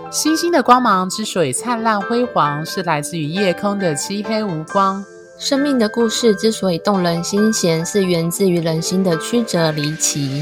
星星的光芒之所以灿烂辉煌，是来自于夜空的漆黑无光。 生命的故事之所以动人心弦，是源自于人心的曲折离奇。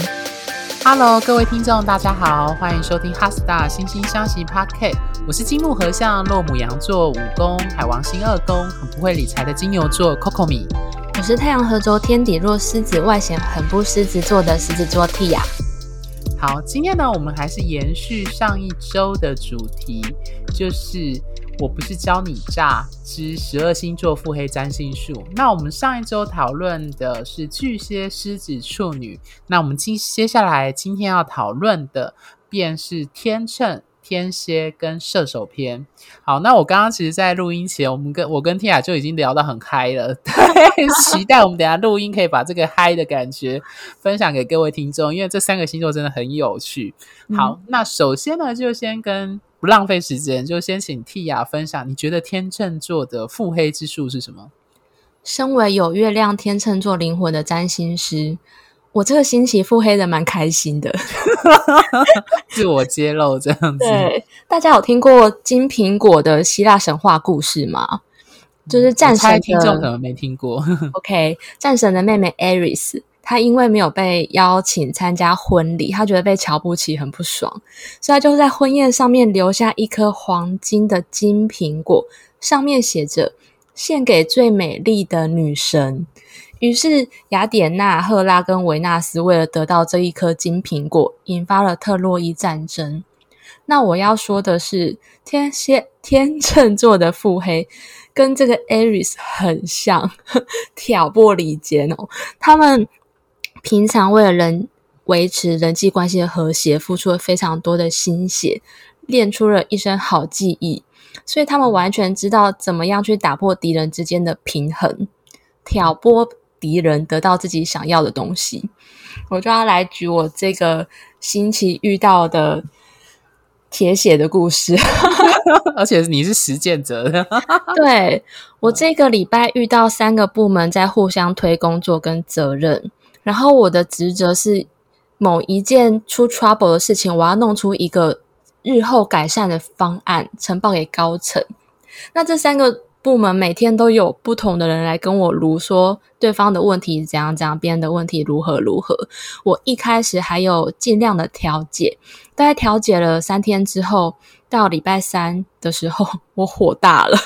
Hello， 各位听众，大家好，欢迎收听 HeartStar 星星相惜 Podcast。我是金木合相、落母羊座五宫、海王星二宫，很不会理财的金牛座 Coco 米。 我是太阳合轴天底落狮子，外显很不狮子座的狮子座 Tia。 好，今天呢，我们还是延续上一周的主题，就是我不是教你诈之12星座腹黑占星术。那我们上一周讨论的是巨蟹、狮子、处女，那我们接下来今天要讨论的便是天秤、天蝎跟射手篇。好，那我刚刚其实在录音前，我跟 Tia 就已经聊到很嗨了，期待我们等一下录音可以把这个嗨的感觉分享给各位听众，因为这3个星座真的很有趣。好，那首先呢，就先不浪费时间，就先请 Tia 分享，你觉得天秤座的腹黑之术是什么？ 身为有月亮天秤座灵魂的占星师，我这个星期腹黑的蛮开心的。 自我揭露这样子。 对，大家有听过金苹果的希腊神话故事吗？就是战神的， 听众可能没听过。 OK， 战神的妹妹 Ares， 她因为没有被邀请参加婚礼，她觉得被瞧不起，很不爽，所以她就在婚宴上面留下一颗黄金的金苹果，上面写着献给最美丽的女神。于是雅典娜、赫拉跟维纳斯为了得到这一颗金苹果，引发了特洛伊战争。那我要说的是，天秤座的腹黑跟这个 Aries 很像，挑拨离间哦。他们平常为了维持人际关系的和谐，付出了非常多的心血，练出了一身好技艺，所以他们完全知道怎么样去打破敌人之间的平衡，挑拨敌人得到自己想要的东西。我就要来举我这个星期遇到的铁血的故事。 而且你是实践者的。 对，我这个礼拜遇到3个部门在互相推工作跟责任，然后我的职责是某一件出 trouble 的事情，我要弄出一个日后改善的方案呈报给高层。那这3个部门每天都有不同的人来跟我卢说对方的问题怎样怎样，别人的问题如何如何。我一开始还有尽量的调解，大概调解了3天之后，到礼拜3的时候我火大了。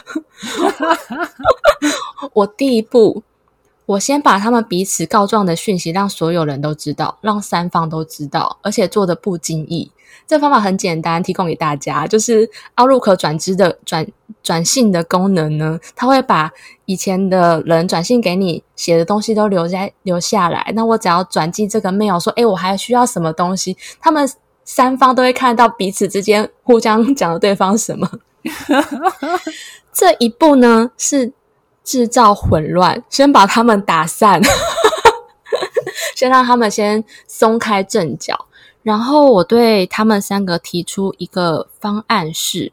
我第一步，我先把他们彼此告状的讯息让所有人都知道，让3方都知道，而且做的不经意。这方法很简单，提供给大家，就是 Outlook 转信的功能呢，它会把以前的人转信给你写的东西都留下来。那我只要转寄这个 mail 说我还需要什么东西，他们3方都会看到彼此之间互相讲的对方什么。这一步呢是制造混乱，先把他们打散。先让他们先松开阵脚，然后我对他们3个提出一个方案是，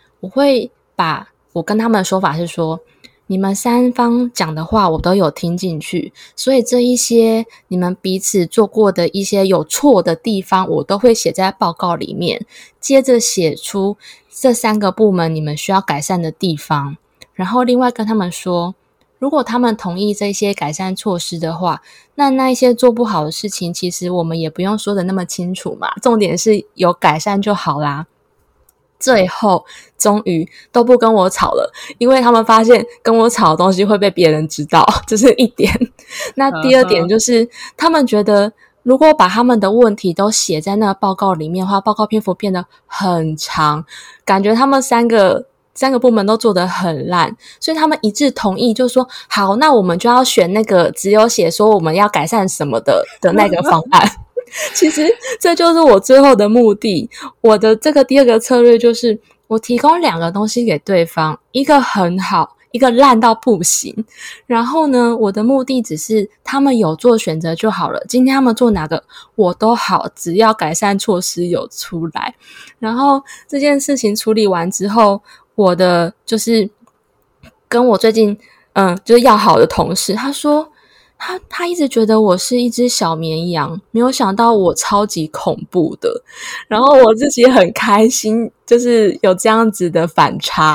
我跟他们的说法是说，你们3方讲的话我都有听进去，所以这一些你们彼此做过的一些有错的地方，我都会写在报告里面，接着写出这3个部门你们需要改善的地方，然后另外跟他们说，如果他们同意这些改善措施的话，那一些做不好的事情，其实我们也不用说的那么清楚嘛，重点是有改善就好啦。最后终于都不跟我吵了，因为他们发现跟我吵的东西会被别人知道，这是一点。那第二点就是他们觉得如果把他们的问题都写在那个报告里面的话，报告篇幅变得很长，感觉他们三个部门都做得很烂，所以他们一致同意，就说好，那我们就要选那个只有写说我们要改善什么的那个方案。其实这就是我最后的目的。我的这个第2个策略就是我提供2个东西给对方，一个很好，一个烂到不行。然后呢，我的目的只是他们有做选择就好了，今天他们做哪个我都好，只要改善措施有出来。然后这件事情处理完之后，我的就是跟我最近就是要好的同事，他说他一直觉得我是一只小绵羊，没有想到我超级恐怖的，然后我自己很开心，就是有这样子的反差。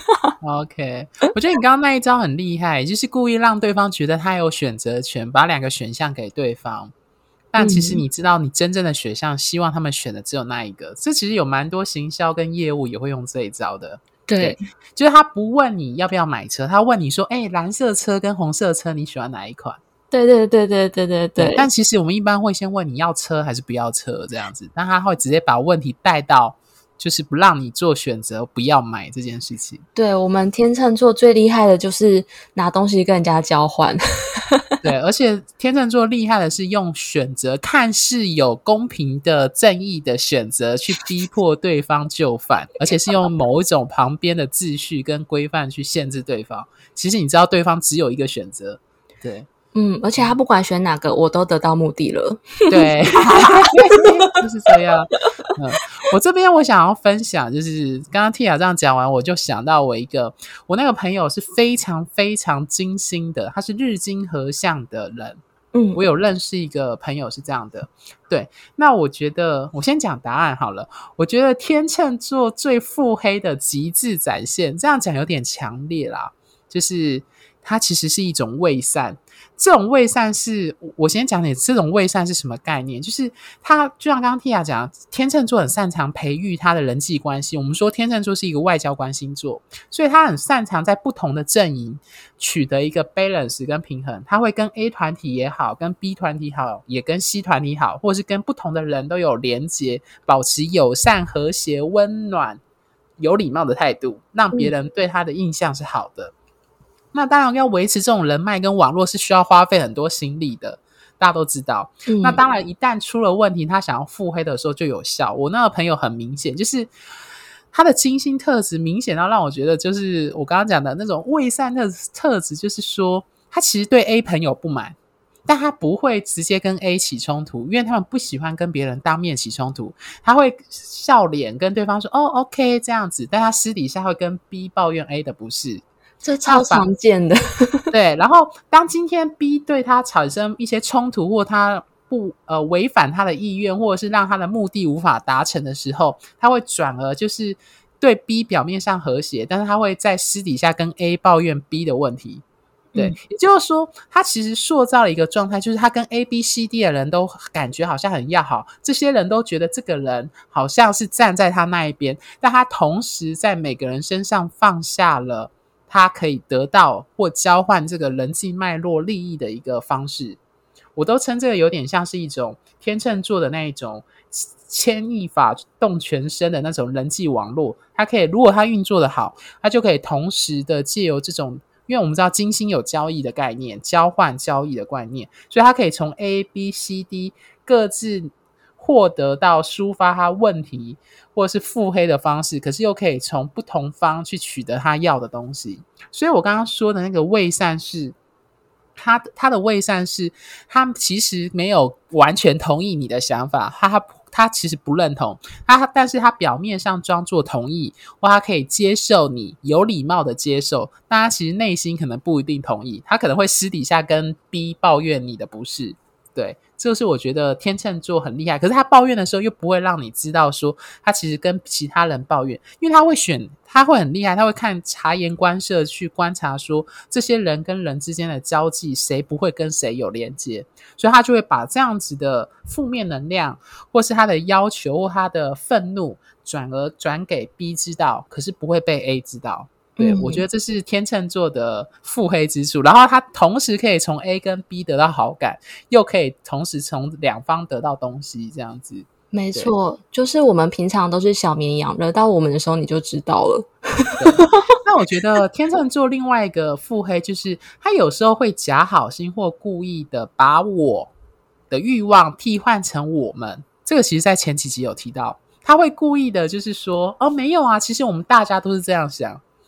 OK， 我觉得你刚刚那一招很厉害，就是故意让对方觉得他有选择权，把2个选项给对方。但其实你知道，你真正的选项希望他们选的只有那一个。这其实有蛮多行销跟业务也会用这一招的。 对， 就是他不问你要不要买车，他问你说：“蓝色车跟红色车你喜欢哪一款？” 对。 但其实我们一般会先问你要车还是不要车这样子，但他会直接把问题带到就是不让你做选择，不要买这件事情。 对，我们天秤座最厉害的就是拿东西跟人家交换。 对，而且天秤座厉害的是用选择看似有公平的正义的选择去逼迫对方就范，而且是用某一种旁边的秩序跟规范去限制对方。其实你知道对方只有一个选择。对， 而且他不管选哪个，我都得到目的了。 对，就是这样。我这边我想要分享，就是刚刚 Tia 这样讲完，我就想到我那个朋友是非常非常精心的，他是日金合相的人。我有认识一个朋友是这样的。对，那我觉得我先讲答案好了。我觉得天秤座最腹黑的极致展现，这样讲有点强烈啦，就是它其实是一种伪善。这种伪善是我先讲点，这种伪善是什么概念？就是他就像刚刚 Tia 讲，天秤座很擅长培育他的人际关系。我们说天秤座是一个外交官星座，所以他很擅长在不同的阵营取得一个 balance 跟平衡。他会跟 A 团体也好，跟 B 团体好，也跟 C 团体好，或是跟不同的人都有连结，保持友善、和谐、温暖、有礼貌的态度，让别人对他的印象是好的。那当然要维持这种人脉跟网络是需要花费很多心力的，大家都知道。那当然一旦出了问题，他想要腹黑的时候就有效。我那个朋友很明显，就是他的金星特质明显到让我觉得，就是我刚刚讲的那种伪善的特质，就是说他其实对 A 朋友不满，但他不会直接跟 A 起冲突，因为他们不喜欢跟别人当面起冲突。他会笑脸跟对方说OK 这样子，但他私底下会跟 B 抱怨 A 的不是。 这超常见的。 对，然后当今天 B 对他产生一些冲突，或他不违反他的意愿，或者是让他的目的无法达成的时候，他会转而就是对 B 表面上和谐，但是他会在私底下跟 A 抱怨 B 的问题。对，也就是说他其实塑造了一个状态，就是他跟 A、B、C、D 的人都感觉好像很要好，这些人都觉得这个人好像是站在他那一边，但他同时在每个人身上放下了他可以得到或交换这个人际脉络利益的一个方式。我都称这个有点像是一种天秤座的那一种牵一发动全身的那种人际网络。它可以，如果它运作的好，它就可以同时的借由这种，因为我们知道金星有交易的概念，交换交易的概念，所以它可以从 A、B、C、D 各自获得到抒发他问题或者是腹黑的方式，可是又可以从不同方去取得他要的东西。所以我刚刚说的那个伪善是他的伪善是他其实没有完全同意你的想法，他其实不认同但是他表面上装作同意，或他可以接受你，有礼貌的接受，但他其实内心可能不一定同意，他可能会私底下跟 B 抱怨你的不是。对，这就是我觉得天秤座很厉害，可是他抱怨的时候又不会让你知道说他其实跟其他人抱怨，因为他会很厉害，他会看察言观色去观察说这些人跟人之间的交际谁不会跟谁有连接，所以他就会把这样子的负面能量或是他的要求或他的愤怒转给 B 知道，可是不会被 A 知道。对，我觉得这是天秤座的腹黑之处，然后他同时可以从 A 跟 B 得到好感，又可以同时从两方得到东西，这样子。 没错，就是我们平常都是小绵羊，惹到我们的时候你就知道了。 那我觉得天秤座另外一个腹黑就是他有时候会假好心或故意的把我的欲望替换成我们，这个其实在前几集有提到，他会故意的就是说没有啊，其实我们大家都是这样想，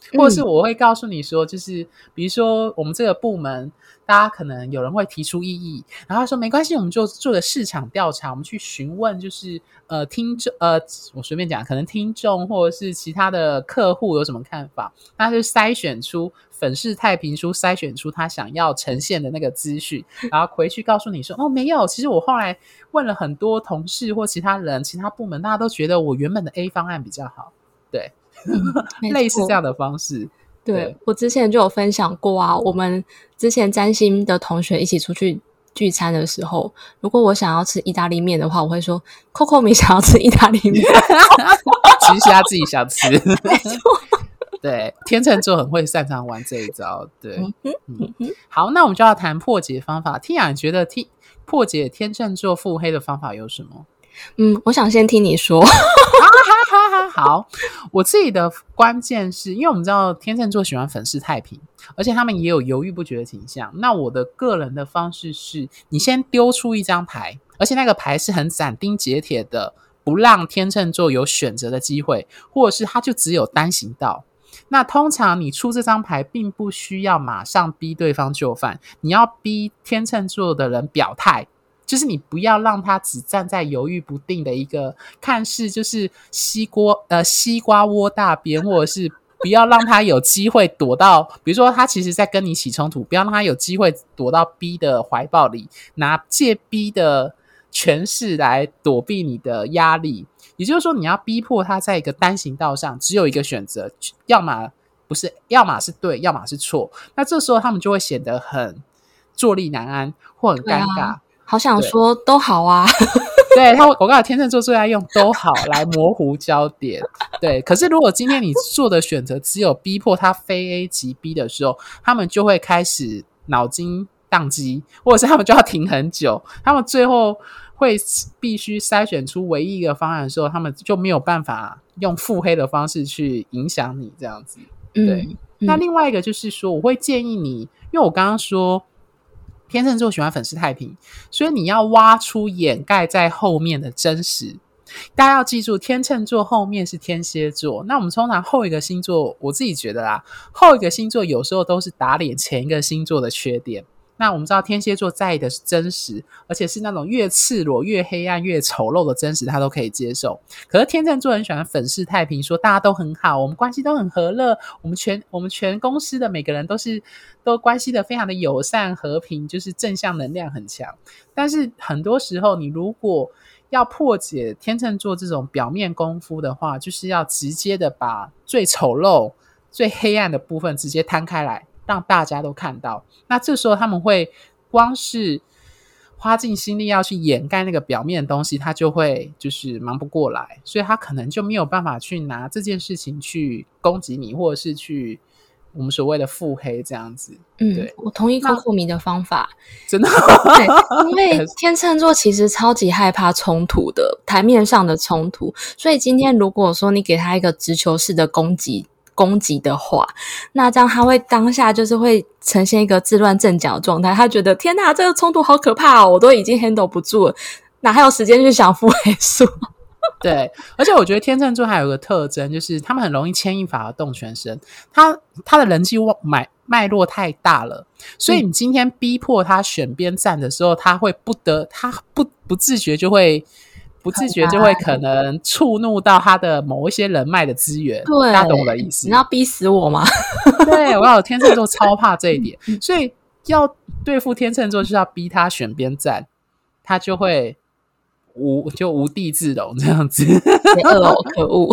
或者是我会告诉你说，就是比如说我们这个部门，大家可能有人会提出异议，然后他说没关系，我们就做个市场调查，我们去询问就是听众我随便讲，可能听众或者是其他的客户有什么看法，那就筛选出粉饰太平书，筛选出他想要呈现的那个资讯，然后回去告诉你说哦没有，其实我后来问了很多同事或其他人其他部门，大家都觉得我原本的 A 方案比较好，对类似这样的方式。 对，我之前就有分享过啊，我们之前占星的同学一起出去聚餐的时候，如果我想要吃意大利面的话，我会说 Coco 米想要吃意大利面其实他自己想吃没错对，天秤座很会擅长玩这一招。对，好，那我们就要谈破解方法。Tia，你觉得破解天秤座腹黑的方法有什么？ 我想先听你说好，我自己的关键是因为我们知道天秤座喜欢粉饰太平，而且他们也有犹豫不决的倾向。那我的个人的方式是，你先丢出一张牌，而且那个牌是很斩钉截铁的，不让天秤座有选择的机会，或者是他就只有单行道。那通常你出这张牌并不需要马上逼对方就范，你要逼天秤座的人表态，就是你不要让他只站在犹豫不定的一个看似就是西瓜窝大边，或者是不要让他有机会躲到，比如说他其实在跟你起冲突，不要让他有机会躲到 B 的怀抱里，借 B 的权势来躲避你的压力。也就是说你要逼迫他在一个单行道上只有一个选择，要么是对，要么是错。那这时候他们就会显得很坐立难安或很尴尬。 好想说都好啊对，我告诉天秤座最爱用都好来模糊焦点。对，可是如果今天你做的选择只有逼迫他非 A 即 B 的时候，他们就会开始脑筋宕机，或者是他们就要停很久，他们最后会必须筛选出唯一一个方案的时候，他们就没有办法用腹黑的方式去影响你这样子。对，那另外一个就是说，我会建议你，因为我刚刚说天秤座喜欢粉饰太平，所以你要挖出掩盖在后面的真实。大家要记住，天秤座后面是天蝎座，那我们通常后一个星座，我自己觉得啦，后一个星座有时候都是打脸前一个星座的缺点。那我们知道天蝎座在意的是真实，而且是那种越赤裸越黑暗越丑陋的真实他都可以接受。可是天秤座很喜欢粉饰太平，说大家都很好，我们关系都很和乐，我们全公司的每个人都关系的非常的友善和平，就是正向能量很强。但是很多时候你如果要破解天秤座这种表面功夫的话，就是要直接的把最丑陋最黑暗的部分直接摊开来，让大家都看到。那这时候他们会光是花尽心力要去掩盖那个表面的东西，他就会就是忙不过来，所以他可能就没有办法去拿这件事情去攻击你，或者是去我们所谓的腹黑这样子。对， 我同意 Coco 米的方法， 真的对，因为天秤座其实超级害怕冲突的，台面上的冲突，所以今天如果说你给他一个直球式的攻击的话，那这样他会当下就是会呈现一个自乱阵脚的状态，他觉得天哪，这个冲突好可怕哦，我都已经 handle 不住了，哪还有时间去想腹黑术对，而且我觉得天秤座还有一个特征，就是他们很容易牵一发而动全身，他的人际脉络太大了，所以你今天逼迫他选边站的时候，他会不自觉就会可能触怒到他的某一些人脉的资源。 对， 大家懂我的意思？ 你要逼死我吗？ 对，我有天秤座超怕这一点，所以要对付天秤座就是要逼他选边站，他就会无地自容这样子。 可恶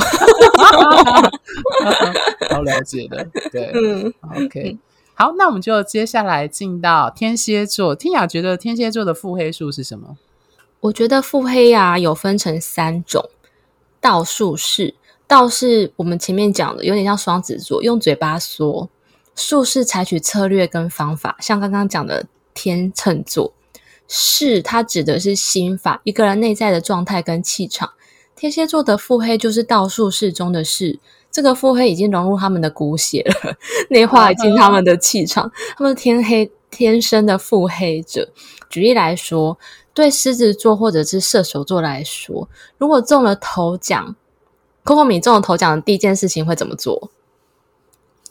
好了解的。对OK 好，那我们就接下来进到天蝎座。天雅觉得天蝎座的腹黑术是什么？ 我觉得腹黑啊有分成3种。道术式，道是我们前面讲的有点像双子座，用嘴巴说；术是采取策略跟方法，像刚刚讲的天秤座。势它指的是心法，一个人内在的状态跟气场。天蝎座的腹黑就是道术式中的势，这个腹黑已经融入他们的骨血了，内化进他们的气场，他们是天生的腹黑者。举例来说，对狮子座或者是射手座来说，如果中了头奖，Coco 米中了头奖的第一件事情会怎么做？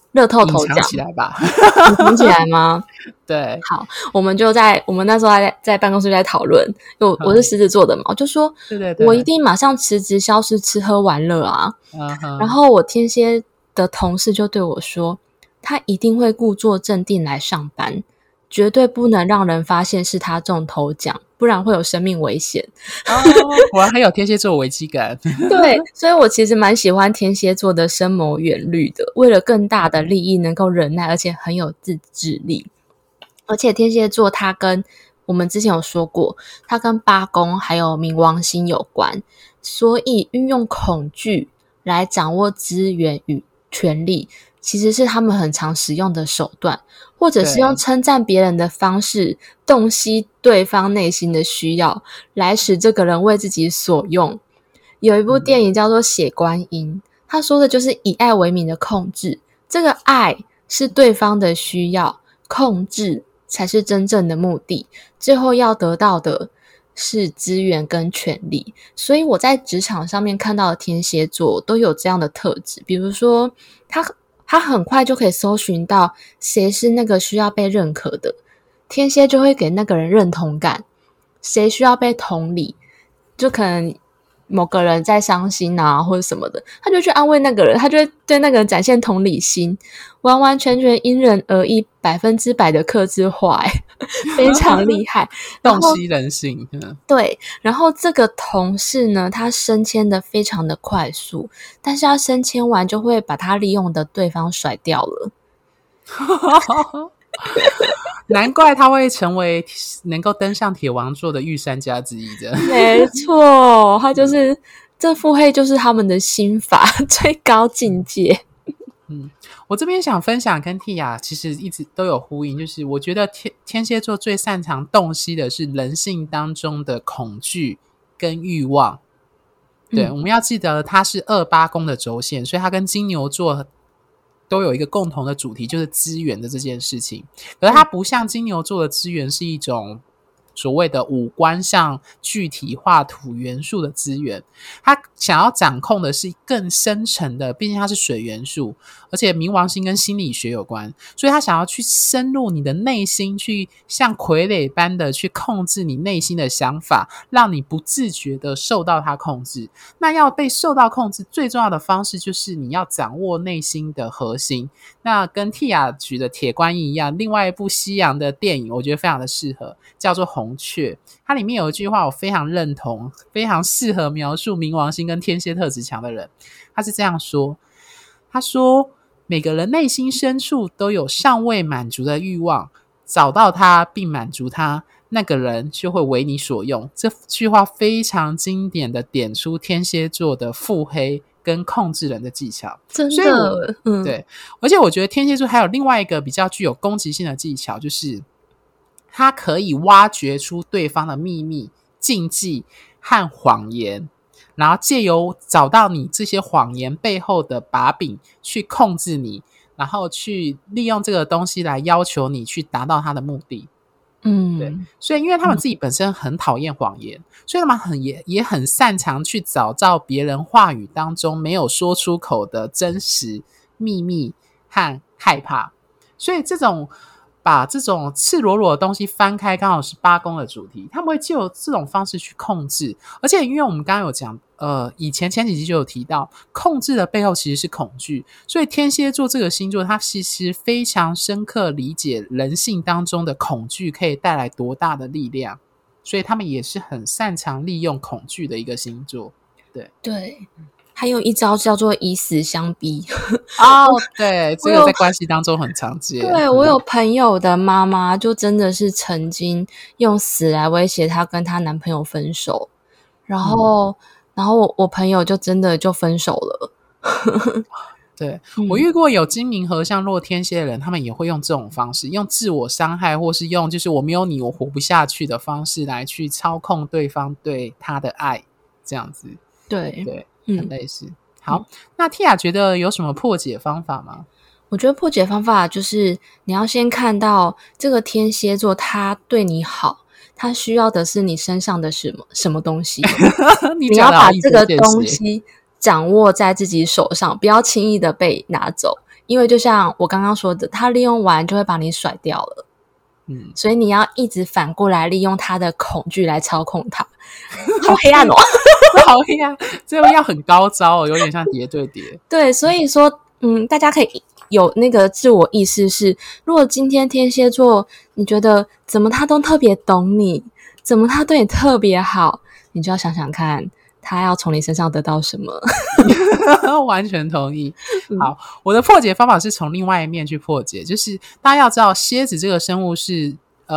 乐透头奖隐藏起来吧。 隐藏起来吗？ 对， 好，我们那时候在办公室在讨论，因为我是狮子座的嘛，我就说， 对对对， 我一定马上辞职消失，吃喝玩乐啊。然后我天蝎的同事就对我说，他一定会故作镇定来上班，绝对不能让人发现是他中头奖，不然会有生命危险。 果然很有天蝎座危机感。 对，所以我其实蛮喜欢天蝎座的深谋远虑的，为了更大的利益能够忍耐，而且很有自制力。而且天蝎座它跟我们之前有说过，它跟八宫还有冥王星有关，所以运用恐惧来掌握资源与权力，其实是他们很常使用的手段，或者是用称赞别人的方式洞悉对方内心的需要，来使这个人为自己所用。有一部电影叫做《血观音》，他说的就是以爱为名的控制，这个爱是对方的需要，控制才是真正的目的，最后要得到的是资源跟权力。所以我在职场上面看到的天蝎座都有这样的特质，比如说他很快就可以搜寻到谁是那个需要被认可的，天蝎就会给那个人认同感，谁需要被同理，就可能某个人在伤心啊或者什么的，他就去安慰那个人，他就会对那个人展现同理心，完完全全因人而异，100%的客制化，非常厉害。 洞悉人性。 对，然后这个同事呢，他升迁的非常的快速，但是他升迁完就会把他利用的对方甩掉了。 难怪他会成为能够登上铁王座的御三家之一的。 没错，他就是这腹黑就是他们的心法最高境界。 我这边想分享跟Tia其实一直都有呼应，就是我觉得天蝎座最擅长洞悉的是人性当中的恐惧跟欲望。对，我们要记得它是28宫的轴线，所以它跟金牛座都有一个共同的主题，就是资源的这件事情。可是它不像金牛座的资源是一种所谓的五官上具体化土元素的资源，它想要掌控的是更深层的，毕竟它是水元素，而且冥王星跟心理学有关，所以它想要去深入你的内心，去像傀儡般的去控制你内心的想法，让你不自觉的受到它控制。那要被受到控制最重要的方式就是你要掌握内心的核心。那跟 Tia 举的铁观音一样，另外一部西洋的电影我觉得非常的适合，叫做红雀。它里面有一句话我非常认同，非常适合描述冥王星跟天蝎特质强的人。他是这样说，他说每个人内心深处都有尚未满足的欲望，找到它并满足它，那个人就会为你所用。这句话非常经典的点出天蝎座的腹黑跟控制人的技巧。 真的， 对，而且我觉得天蝎座还有另外一个比较具有攻击性的技巧，就是他可以挖掘出对方的秘密、禁忌和谎言，然后借由找到你这些谎言背后的把柄去控制你，然后去利用这个东西来要求你去达到他的目的。对，所以因为他们自己本身很讨厌谎言，所以他们也很擅长去找到别人话语当中没有说出口的真实秘密和害怕。所以把这种赤裸裸的东西翻开，刚好是8宫的主题，他们会借由这种方式去控制。而且因为我们刚刚有讲以前几集就有提到，控制的背后其实是恐惧，所以天蝎座这个星座它其实非常深刻理解人性当中的恐惧可以带来多大的力量，所以他们也是很擅长利用恐惧的一个星座。对， 还有一招叫做以死相逼。 对，这个在关系当中很常见。 对，我有朋友的妈妈就真的是曾经用死来威胁她跟她男朋友分手，然后我朋友就真的就分手了。 对，我遇过有金冥合相落天蝎的人，他们也会用这种方式，用自我伤害或是用就是我没有你我活不下去的方式来去操控对方对他的爱，这样子。对，很类似。好，那 Tia 觉得有什么破解方法吗？ 我觉得破解方法就是你要先看到这个天蝎座他对你好，他需要的是你身上的什么东西。你要把这个东西掌握在自己手上，不要轻易的被拿走， 因为就像我刚刚说的，他利用完就会把你甩掉了。所以你要一直反过来利用他的恐惧来操控他。好黑暗哦。 好黑暗，这个要很高招哦，有点像叠对叠。 对，所以说大家可以有那个自我意识是，如果今天天蝎座你觉得怎么他都特别懂你，怎么他对你特别好，你就要想想看他要从你身上得到什么。 完全同意。好，我的破解方法是从另外一面去破解，就是大家要知道蝎子这个生物是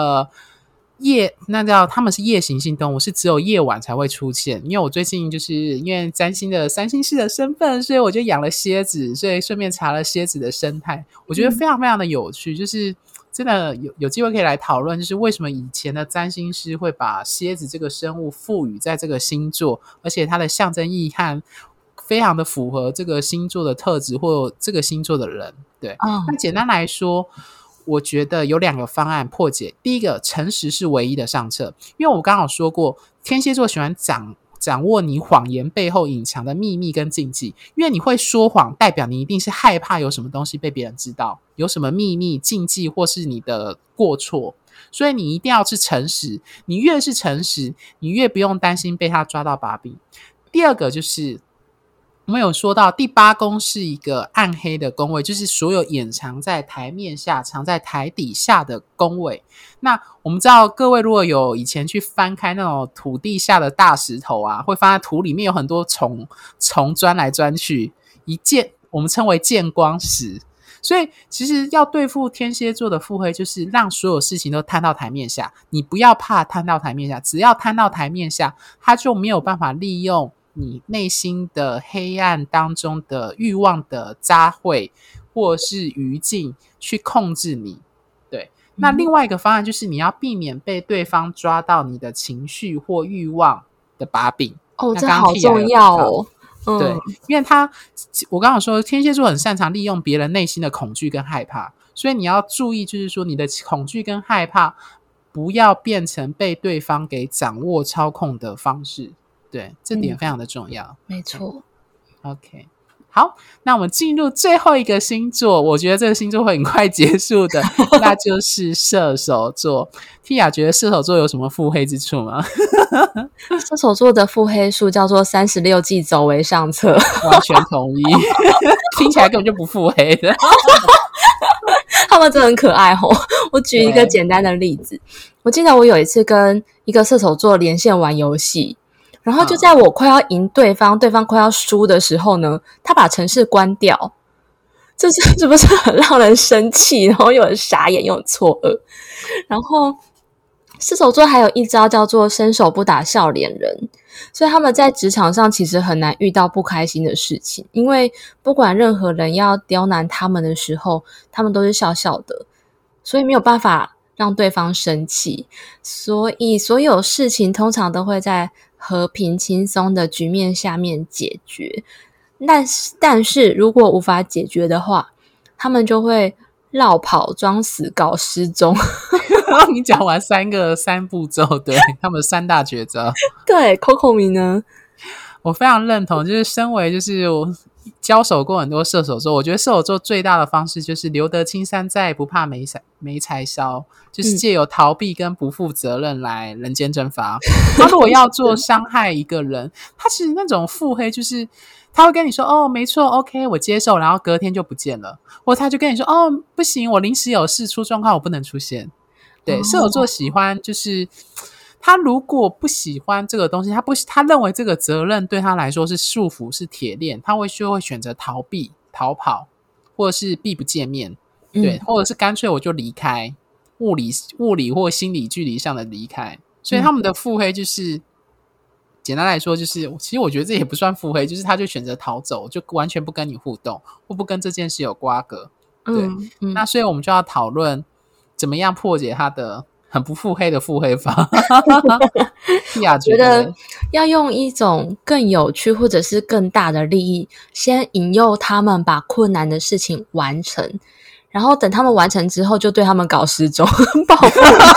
那叫他们是夜行性动物，是只有夜晚才会出现。因为我最近就是因为占星的三星师的身份，所以我就养了蝎子，所以顺便查了蝎子的生态，我觉得非常非常的有趣。就是真的有机会可以来讨论，就是为什么以前的占星师会把蝎子这个生物赋予在这个星座，而且它的象征意涵非常的符合这个星座的特质或这个星座的人。对，那简单来说，我觉得有2个方案破解。第一个，诚实是唯一的上策，因为我刚好说过，天蝎座喜欢掌握你谎言背后隐藏的秘密跟禁忌，因为你会说谎，代表你一定是害怕有什么东西被别人知道，有什么秘密、禁忌或是你的过错，所以你一定要是诚实。你越是诚实，你越不用担心被他抓到把柄。第二个就是我们有说到第8宫是一个暗黑的宫位，就是所有掩藏在台面下藏在台底下的宫位。那我们知道各位如果有以前去翻开那种土地下的大石头啊，会发现土里面有很多虫钻来钻去，我们称为见光石。所以其实要对付天蝎座的腹黑，就是让所有事情都摊到台面下，你不要怕摊到台面下，只要摊到台面下，他就没有办法利用你内心的黑暗当中的欲望的杂烩或是余烬去控制你。对，那另外一个方案就是你要避免被对方抓到你的情绪或欲望的把柄。 这好重要哦。 对，因为我刚刚说天蝎座很擅长利用别人内心的恐惧跟害怕，所以你要注意，就是说你的恐惧跟害怕不要变成被对方给掌握操控的方式。对，这点非常的重要。 没错。 OK， 好，那我们进入最后一个星座，我觉得这个星座会很快结束的，那就是射手座。Tia 觉得射手座有什么腹黑之处吗？ 射手座的腹黑术叫做36计走为上策。 完全同意。听起来根本就不腹黑的。 他们真的很可爱哦。我举一个简单的例子，我记得我有一次跟一个射手座连线玩游戏，然后就在我快要赢对方快要输的时候呢，他把程式关掉。这不是很让人生气，然后又很傻眼又很错愕。然后射手座还有一招叫做伸手不打笑脸人，所以他们在职场上其实很难遇到不开心的事情，因为不管任何人要刁难他们的时候，他们都是笑笑的，所以没有办法让对方生气，所以所有事情通常都会在和平轻松的局面下面解决。但是如果无法解决的话，他们就会绕跑装死搞失踪。 你讲完三步骤，对，他们3大绝招。 对 Coco 米呢， 我非常认同，就是身为就是我交手过很多射手座，我觉得射手座最大的方式就是留得青山在，不怕没柴烧，就是借由逃避跟不负责任来人间蒸发。他如果要做伤害一个人，他其实那种腹黑就是他会跟你说哦没错 OK 我接受，然后隔天就不见了，或他就跟你说哦不行我临时有事出状况我不能出现。对，射手座喜欢就是他如果不喜欢这个东西，他认为这个责任对他来说是束缚是铁链，他就会选择逃避逃跑，或者是避不见面。对，或者是干脆我就离开，物理或心理距离上的离开。所以他们的腹黑就是简单来说就是其实我觉得这也不算腹黑，就是他就选择逃走，就完全不跟你互动或不跟这件事有瓜葛。对，那所以我们就要讨论怎么样破解他的很不腹黑的腹黑法。 我觉得要用一种更有趣或者是更大的利益，先引诱他们把困难的事情完成，然后等他们完成之后就对他们搞失踪报复。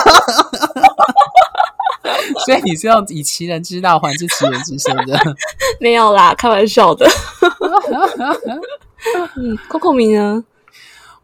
所以你是用以其人之道还治其人之身的。 没有啦，开玩笑的。Coco 米呢？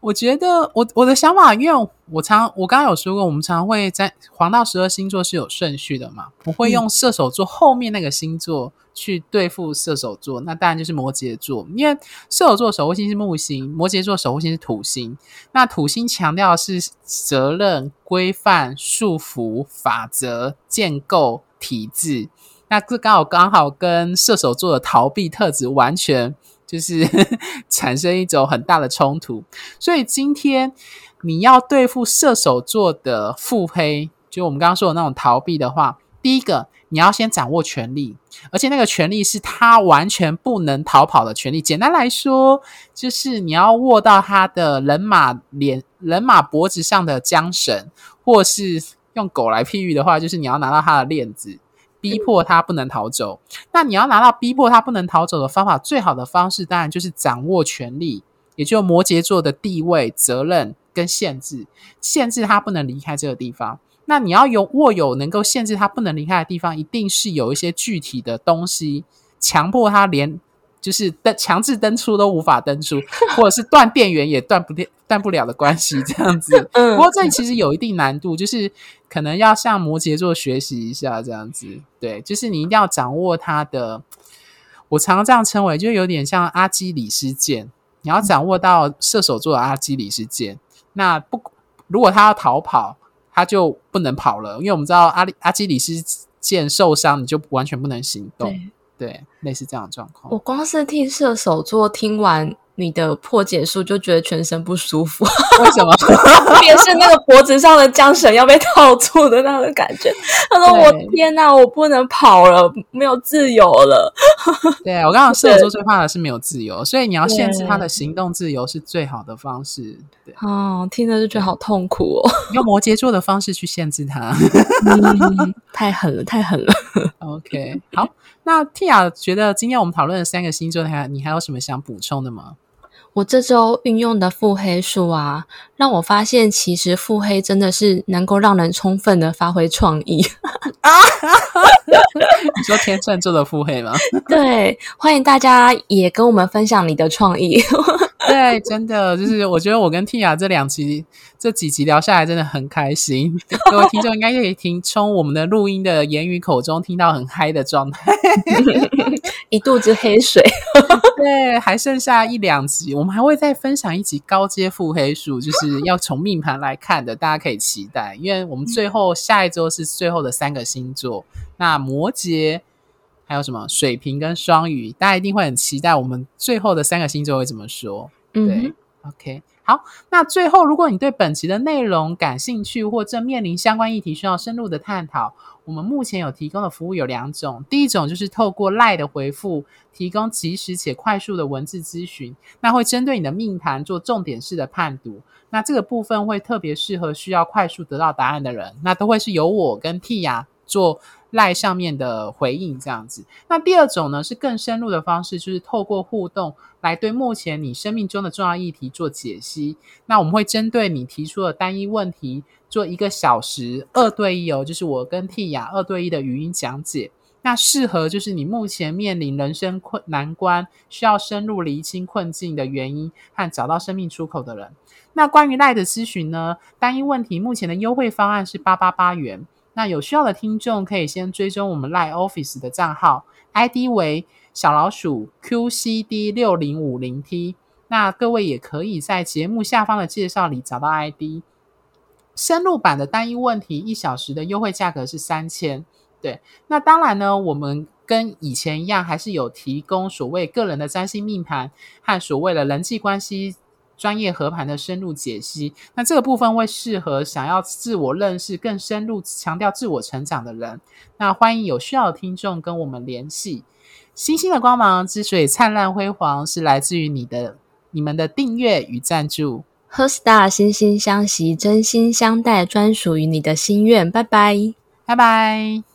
我觉得我的想法，因为我刚刚有说过，我们常会在黄道12星座是有顺序的嘛，我会用射手座后面那个星座去对付射手座，那当然就是摩羯座，因为射手座守护星是木星，摩羯座守护星是土星，那土星强调的是责任、规范、束缚、法则、建构、体制，那这刚好跟射手座的逃避特质完全就是产生一种很大的冲突，所以今天你要对付射手座的腹黑，就我们刚刚说的那种逃避的话，第一个你要先掌握权力，而且那个权力是他完全不能逃跑的权力。简单来说，就是你要握到他的人马脖子上的缰绳，或是用狗来譬喻的话，就是你要拿到他的链子，逼迫他不能逃走。那你要拿到逼迫他不能逃走的方法，最好的方式当然就是掌握权力，也就是摩羯座的地位、责任跟限制他不能离开这个地方。那你要握有能够限制他不能离开的地方，一定是有一些具体的东西强迫他连就是强制登出都无法登出，或者是断电源也断不了的关系这样子。不过这里其实有一定难度，就是可能要向摩羯座学习一下这样子。对，就是你一定要掌握他的，我常常这样称为，就有点像阿基里斯腱，你要掌握到射手座的阿基里斯腱。那如果他要逃跑，他就不能跑了，因为我们知道阿基里斯腱受伤，你就完全不能行动。对，类似这样的状况。 我光是替射手座听完你的破解术就觉得全身不舒服。 为什么？ 特别是那个脖子上的缰绳要被套住的那种感觉。他说我天哪，我不能跑了，没有自由了。 对，我刚刚射手座最怕的是没有自由，所以你要限制他的行动自由是最好的方式。对， 听着就觉得好痛苦哦。 用摩羯座的方式去限制他。 太狠了太狠了。 OK， 好，那 Tia 觉得今天我们讨论的3个星座，你还有什么想补充的吗？ 我这周运用的腹黑术啊，让我发现其实腹黑真的是能够让人充分的发挥创意。 你说天秤座的腹黑吗？ 对，欢迎大家也跟我们分享你的创意。 对，真的就是我觉得我跟 Tia 这几集聊下来真的很开心，各位听众应该可以从我们的录音的言语口中听到很嗨的状态。 一肚子黑水。 对，还剩下1-2集，我们还会再分享一集高阶腹黑术，就是要从命盘来看的，大家可以期待，因为我们下一周是最后的3个星座，那摩羯还有什么水瓶跟双鱼，大家一定会很期待我们最后的3个星座会怎么说。对，OK， 好，那最后如果你对本集的内容感兴趣，或正面临相关议题需要深入的探讨，我们目前有提供的服务有2种，第一种就是透过 LINE 的回复提供及时且快速的文字咨询，那会针对你的命盘做重点式的判读，那这个部分会特别适合需要快速得到答案的人，那都会是由我跟 Tia 做 LINE 上面的回应这样子。那第二种呢是更深入的方式，就是透过互动来对目前你生命中的重要议题做解析，那我们会针对你提出的单一问题做1个小时2对1哦，就是我跟 Tia 2对1的语音讲解，那适合就是你目前面临人生难关，需要深入厘清困境的原因和找到生命出口的人。那关于 LINE 的咨询呢，单一问题目前的优惠方案是888元，那有需要的听众可以先追踪我们 LINE Office 的账号 ID 为小老鼠 QCD6050T， 那各位也可以在节目下方的介绍里找到 ID。 深入版的单一问题1小时的优惠价格是3000。对，那当然呢，我们跟以前一样，还是有提供所谓个人的占星命盘和所谓的人际关系专业合盘的深入解析，那这个部分会适合想要自我认识更深入强调自我成长的人，那欢迎有需要的听众跟我们联系。星星的光芒之所以灿烂辉煌，是来自于你们的订阅与赞助。 Herstar 心心相惜，真心相待，专属于你的心愿。拜拜， 拜拜。